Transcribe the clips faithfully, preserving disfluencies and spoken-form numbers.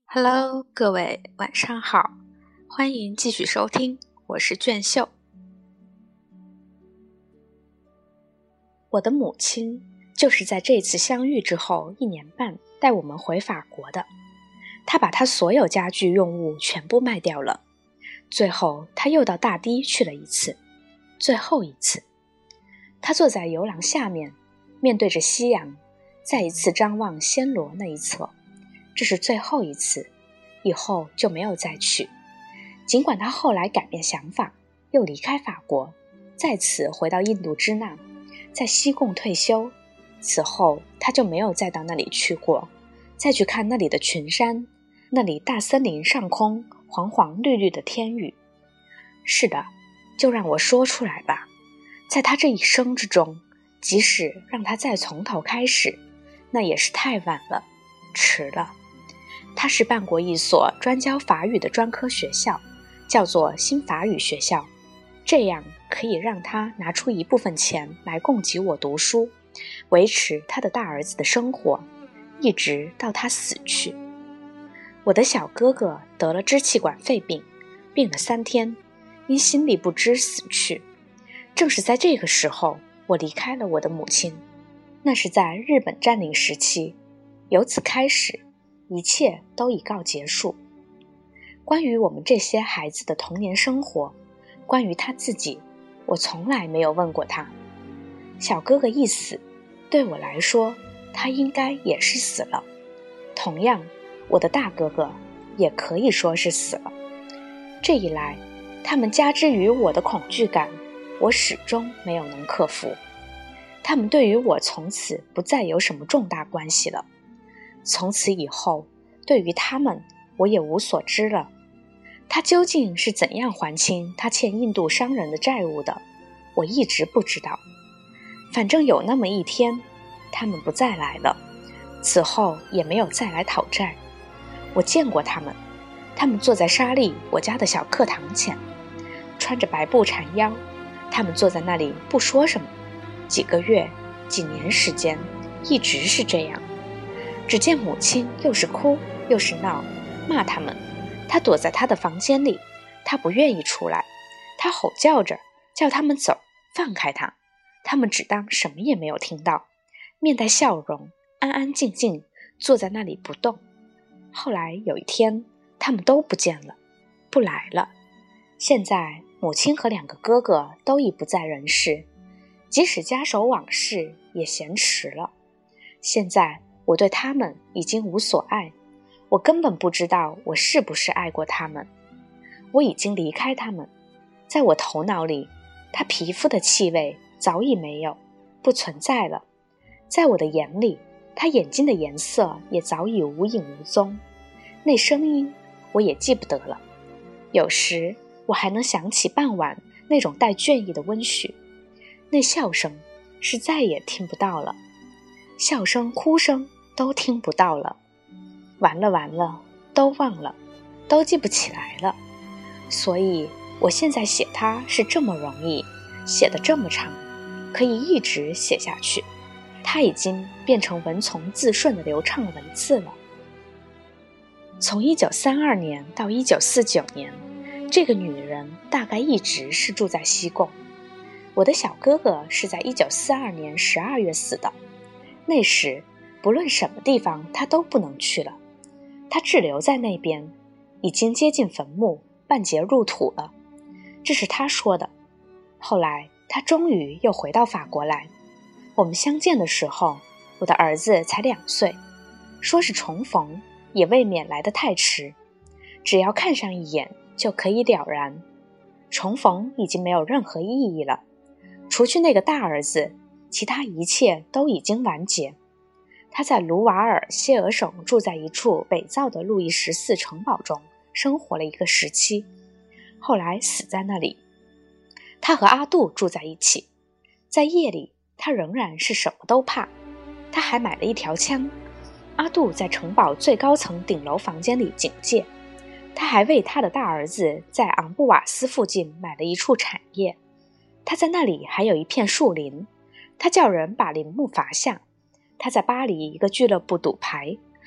Hello， 各位晚上好，欢迎继续收听，我是卷秀。我的母亲就是在这次相遇之后一年半带我们回法国的。她把她所有家具用物全部卖掉了，最后她又到大堤去了一次，最后一次。她坐在游廊下面，面对着夕阳，再一次张望暹罗那一侧。这是最后一次，以后就没有再去。尽管他后来改变想法，又离开法国，再次回到印度支那，在西贡退休。此后他就没有再到那里去过，再去看那里的群山，那里大森林上空黄黄绿绿的天宇。是的，就让我说出来吧，在他这一生之中，即使让他再从头开始，那也是太晚了，迟了。他是办过一所专教法语的专科学校，叫做新法语学校，这样可以让他拿出一部分钱来供给我读书，维持他的大儿子的生活，一直到他死去。我的小哥哥得了支气管肺病，病了三天，因心力不支死去。正是在这个时候，我离开了我的母亲，那是在日本占领时期，由此开始一切都已告结束。关于我们这些孩子的童年生活，关于他自己，我从来没有问过他。小哥哥一死，对我来说，他应该也是死了。同样，我的大哥哥也可以说是死了。这一来，他们加之于我的恐惧感，我始终没有能克服。他们对于我从此不再有什么重大关系了。从此以后，对于他们，我也无所知了。他究竟是怎样还清他欠印度商人的债务的，我一直不知道。反正有那么一天，他们不再来了，此后也没有再来讨债。我见过他们，他们坐在沙利我家的小课堂前，穿着白布缠腰，他们坐在那里不说什么，几个月、几年时间，一直是这样。只见母亲又是哭又是闹，骂他们。他躲在他的房间里，他不愿意出来，他吼叫着叫他们走，放开他。他们只当什么也没有听到，面带笑容，安安静静坐在那里不动。后来有一天，他们都不见了，不来了。现在母亲和两个哥哥都已不在人世，即使家守往事也嫌迟了。现在我对他们已经无所爱，我根本不知道我是不是爱过他们。我已经离开他们，在我头脑里，他皮肤的气味早已没有，不存在了。在我的眼里，他眼睛的颜色也早已无影无踪。那声音我也记不得了，有时我还能想起傍晚那种带倦意的温煦。那笑声是再也听不到了，笑声哭声都听不到了。完了完了，都忘了，都记不起来了。所以我现在写它是这么容易，写得这么长，可以一直写下去。它已经变成文从字顺的流畅文字了。从一九三二年到一九四九年，这个女人大概一直是住在西贡。我的小哥哥是在一九四二年十二月死的，那时不论什么地方他都不能去了，他滞留在那边，已经接近坟墓，半截入土了。这是他说的。后来他终于又回到法国来，我们相见的时候，我的儿子才两岁，说是重逢，也未免来得太迟，只要看上一眼就可以了然。重逢已经没有任何意义了，除去那个大儿子，其他一切都已经完结。他在卢瓦尔谢尔省住在一处北造的路易十四城堡中生活了一个时期，后来死在那里。他和阿杜住在一起，在夜里他仍然是什么都怕，他还买了一条枪。阿杜在城堡最高层顶楼房间里警戒，他还为他的大儿子在昂布瓦斯附近买了一处产业，他在那里还有一片树林，他叫人把林木伐下。他在巴黎一个俱乐部赌牌，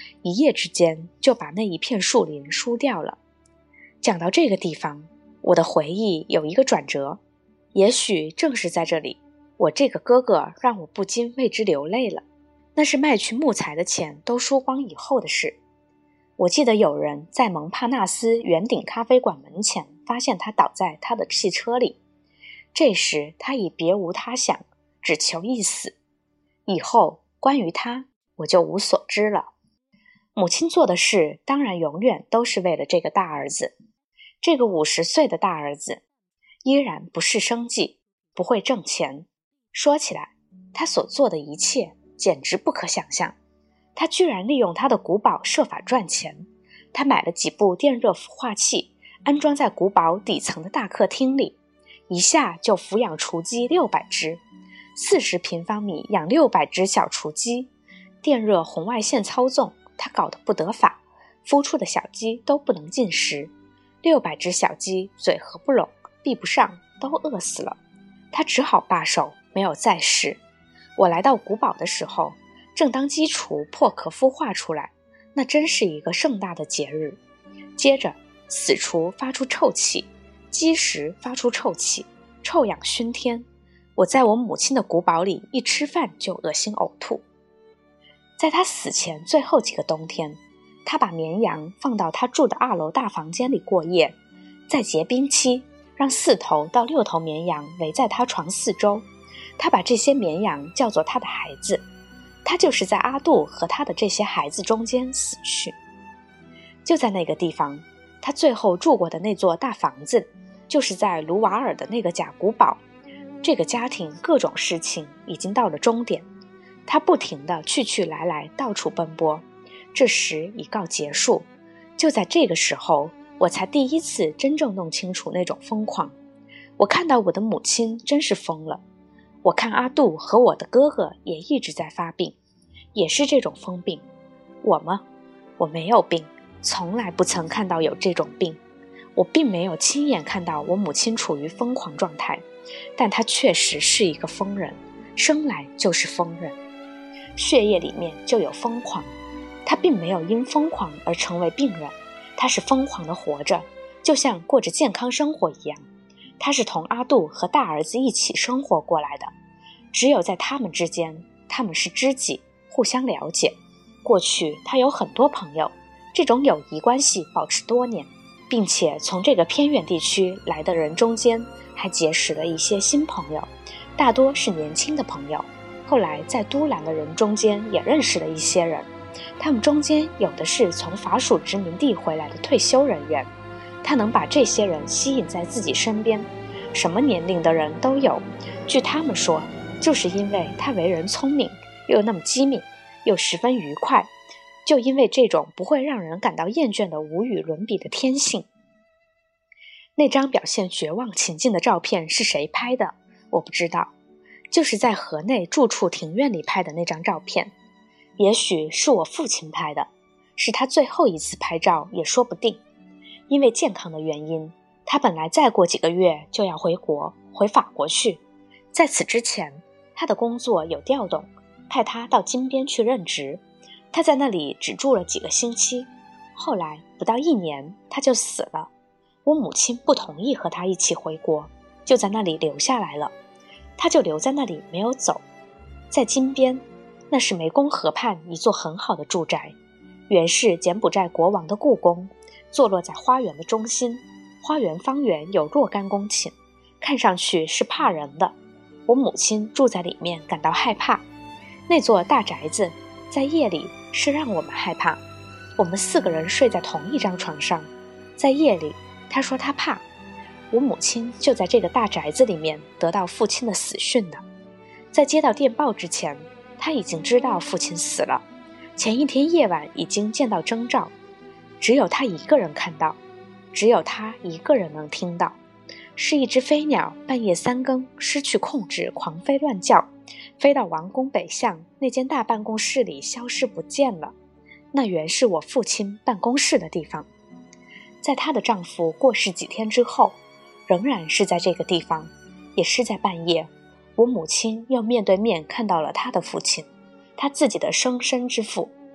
一夜之间就把那一片树林输掉了。讲到这个地方，我的回忆有一个转折，也许正是在这里，我这个哥哥让我不禁为之流泪了。那是卖去木材的钱都输光以后的事。我记得有人在蒙帕纳斯圆顶咖啡馆门前发现他倒在他的汽车里，这时他已别无他想，只求一死。以后关于他我就无所知了。母亲做的事当然永远都是为了这个大儿子，这个五十岁的大儿子依然不是生计，不会挣钱。说起来，他所做的一切简直不可想象。他居然利用他的古堡设法赚钱。他买了几部电热孵化器，安装在古堡底层的大客厅里，一下就抚养雏鸡六百只，四十平方米养六百只小雏鸡。电热红外线操纵他搞得不得法，孵出的小鸡都不能进食，六百只小鸡嘴合不拢，闭不上，都饿死了。他只好罢手，没有再试。我来到古堡的时候，正当鸡雏破壳孵化出来，那真是一个盛大的节日。接着死雏发出臭气，鸡食发出臭气，臭氧熏天。我在我母亲的古堡里一吃饭就恶心呕吐。在他死前最后几个冬天，他把绵羊放到他住的二楼大房间里过夜，在结冰期让四头到六头绵羊围在他床四周。他把这些绵羊叫做他的孩子，他就是在阿杜和他的这些孩子中间死去。就在那个地方，他最后住过的那座大房子，就是在卢瓦尔的那个假古堡。这个家庭各种事情已经到了终点，他不停地去去来来，到处奔波，这时已告结束。就在这个时候，我才第一次真正弄清楚那种疯狂。我看到我的母亲真是疯了，我看阿杜和我的哥哥也一直在发病，也是这种疯病。我吗？我没有病，从来不曾看到有这种病。我并没有亲眼看到我母亲处于疯狂状态，但她确实是一个疯人，生来就是疯人，血液里面就有疯狂。她并没有因疯狂而成为病人，她是疯狂地活着，就像过着健康生活一样。她是同阿杜和大儿子一起生活过来的，只有在他们之间，他们是知己，互相了解。过去她有很多朋友，这种友谊关系保持多年，并且从这个偏远地区来的人中间还结识了一些新朋友，大多是年轻的朋友。后来在都兰的人中间也认识了一些人，他们中间有的是从法属殖民地回来的退休人员，他能把这些人吸引在自己身边，什么年龄的人都有。据他们说，就是因为他为人聪明，又那么机敏，又十分愉快，就因为这种不会让人感到厌倦的无与伦比的天性。那张表现绝望情境的照片是谁拍的？我不知道，就是在河内住处庭院里拍的那张照片。也许是我父亲拍的，是他最后一次拍照也说不定。因为健康的原因，他本来再过几个月就要回国，回法国去。在此之前，他的工作有调动，派他到金边去任职。他在那里只住了几个星期，后来不到一年他就死了。我母亲不同意和他一起回国，就在那里留下来了。他就留在那里没有走。在金边，那是湄公河畔一座很好的住宅，原是柬埔寨国王的故宫，坐落在花园的中心。花园方圆有若干公顷，看上去是怕人的。我母亲住在里面感到害怕。那座大宅子在夜里是让我们害怕，我们四个人睡在同一张床上，在夜里她说她怕。我母亲就在这个大宅子里面得到父亲的死讯的。在接到电报之前，她已经知道父亲死了，前一天夜晚已经见到征兆，只有她一个人看到，只有她一个人能听到，是一只飞鸟半夜三更失去控制狂飞乱叫，飞到王宫北巷那间大办公室里消失不见了。那原是我父亲办公室的地方。在她的丈夫过世几天之后，仍然是在这个地方，也是在半夜，我母亲又面对面看到了她的父亲，她自己的生身之父。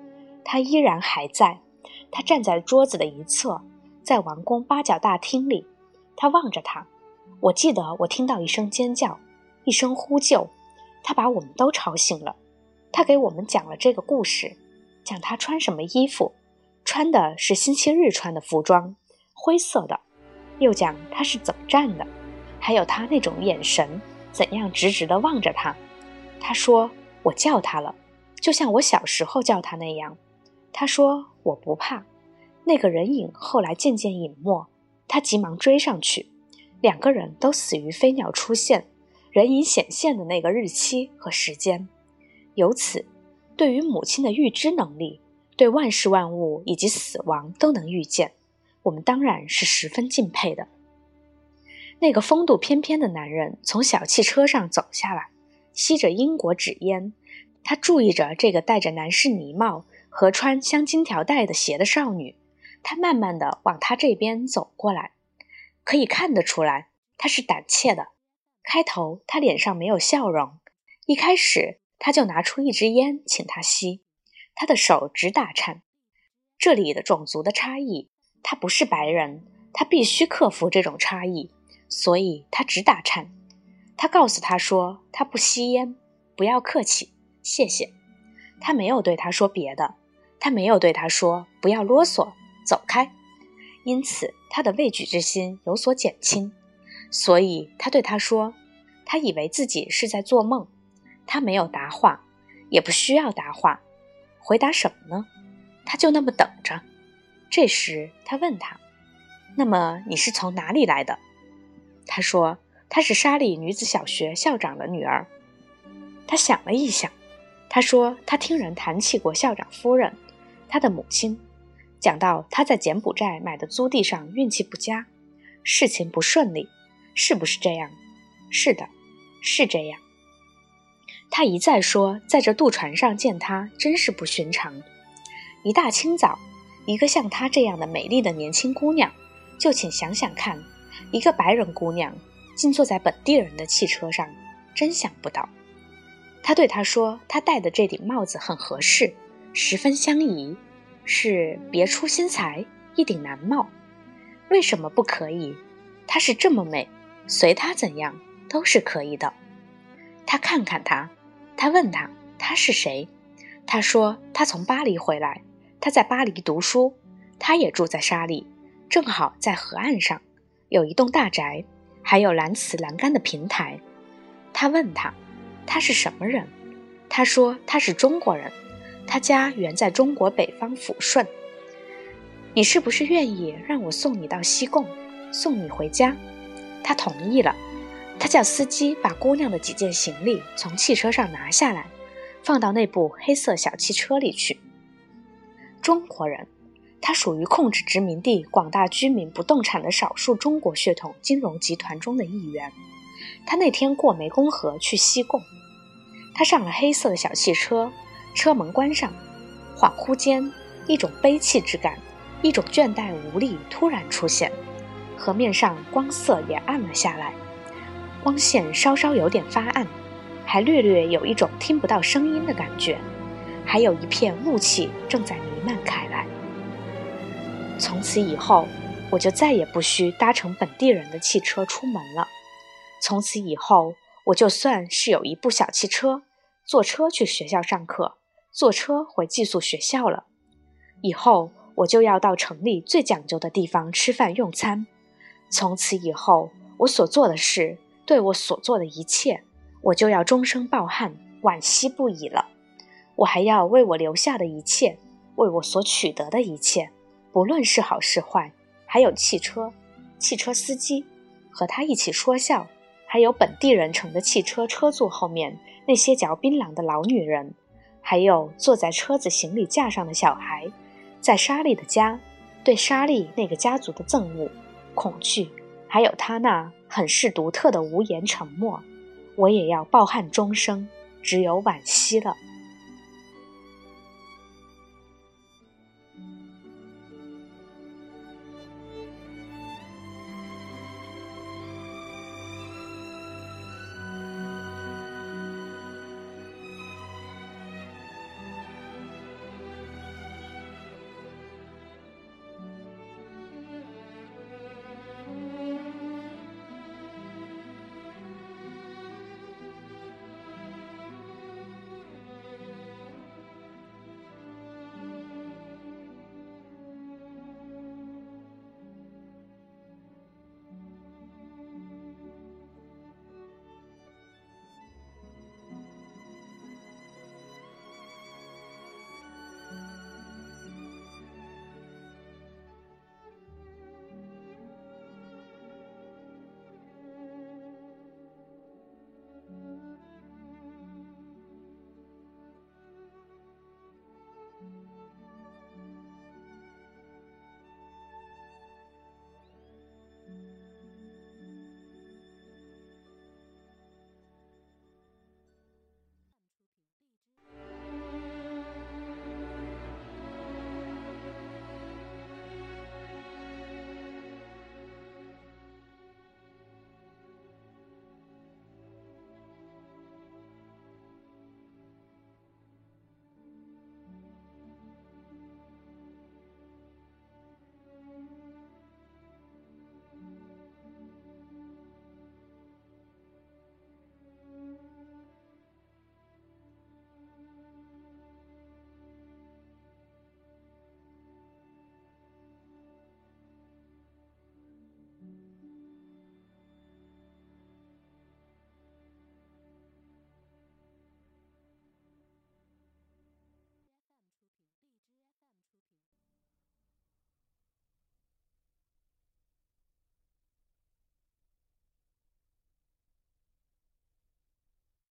他依然还在。他站在桌子的一侧，在王宫八角大厅里。他望着他，我记得我听到一声尖叫，一声呼救，他把我们都吵醒了。他给我们讲了这个故事，讲他穿什么衣服，穿的是星期日穿的服装，灰色的，又讲他是怎么站的，还有他那种眼神，怎样直直地望着他。他说我叫他了，就像我小时候叫他那样。他说我不怕。那个人影后来渐渐隐没，他急忙追上去，两个人都死于飞鸟出现，人影显现的那个日期和时间。由此，对于母亲的预知能力，对万事万物以及死亡都能预见，我们当然是十分敬佩的。那个风度翩翩的男人从小汽车上走下来，吸着英国纸烟，他注意着这个戴着男士呢帽和穿镶金条带的鞋的少女，他慢慢地往他这边走过来。可以看得出来，他是胆怯的。开头他脸上没有笑容，一开始他就拿出一支烟请他吸，他的手直打颤。这里的种族的差异，他不是白人，他必须克服这种差异，所以他直打颤。他告诉他说他不吸烟，不要客气，谢谢。他没有对他说别的，他没有对他说不要啰嗦，走开。因此他的畏惧之心有所减轻，所以他对他说，他以为自己是在做梦。他没有答话，也不需要答话。回答什么呢？他就那么等着。这时他问他，那么你是从哪里来的？他说他是沙利女子小学校长的女儿。他想了一想，他说他听人谈起过校长夫人，他的母亲，讲到他在柬埔寨买的租地上运气不佳，事情不顺利，是不是这样？是的，是这样。他一再说在这渡船上见他真是不寻常。一大清早，一个像她这样的美丽的年轻姑娘，就请想想看，一个白人姑娘竟坐在本地人的汽车上，真想不到。他对她说，她戴的这顶帽子很合适，十分相宜，是别出心裁，一顶蓝帽。为什么不可以？她是这么美，随她怎样都是可以的。他看看她，他问她她是谁。她说她从巴黎回来，她在巴黎读书，她也住在沙利，正好在河岸上，有一栋大宅，还有蓝瓷栏杆的平台。他问她她是什么人。她说她是中国人，她家原在中国北方抚顺。你是不是愿意让我送你到西贡，送你回家？他同意了。他叫司机把姑娘的几件行李从汽车上拿下来，放到那部黑色小汽车里去。中国人，他属于控制殖民地广大居民不动产的少数中国血统金融集团中的一员。他那天过湄公河去西贡，他上了黑色的小汽车，车门关上，恍惚间，一种悲戚之感，一种倦怠无力突然出现。河面上光色也暗了下来，光线稍稍有点发暗，还略略有一种听不到声音的感觉，还有一片雾气正在弥漫开来。从此以后，我就再也不需搭乘本地人的汽车出门了。从此以后，我就算是有一部小汽车，坐车去学校上课，坐车回寄宿学校了。以后我就要到城里最讲究的地方吃饭用餐。从此以后，我所做的事，对我所做的一切，我就要终生抱憾，惋惜不已了。我还要为我留下的一切，为我所取得的一切，不论是好是坏，还有汽车、汽车司机和他一起说笑，还有本地人乘的汽车车座后面那些嚼槟榔的老女人，还有坐在车子行李架上的小孩，在莎莉的家，对莎莉那个家族的憎恶、恐惧，还有他那很是独特的无言沉默，我也要抱憾终生，只有惋惜了。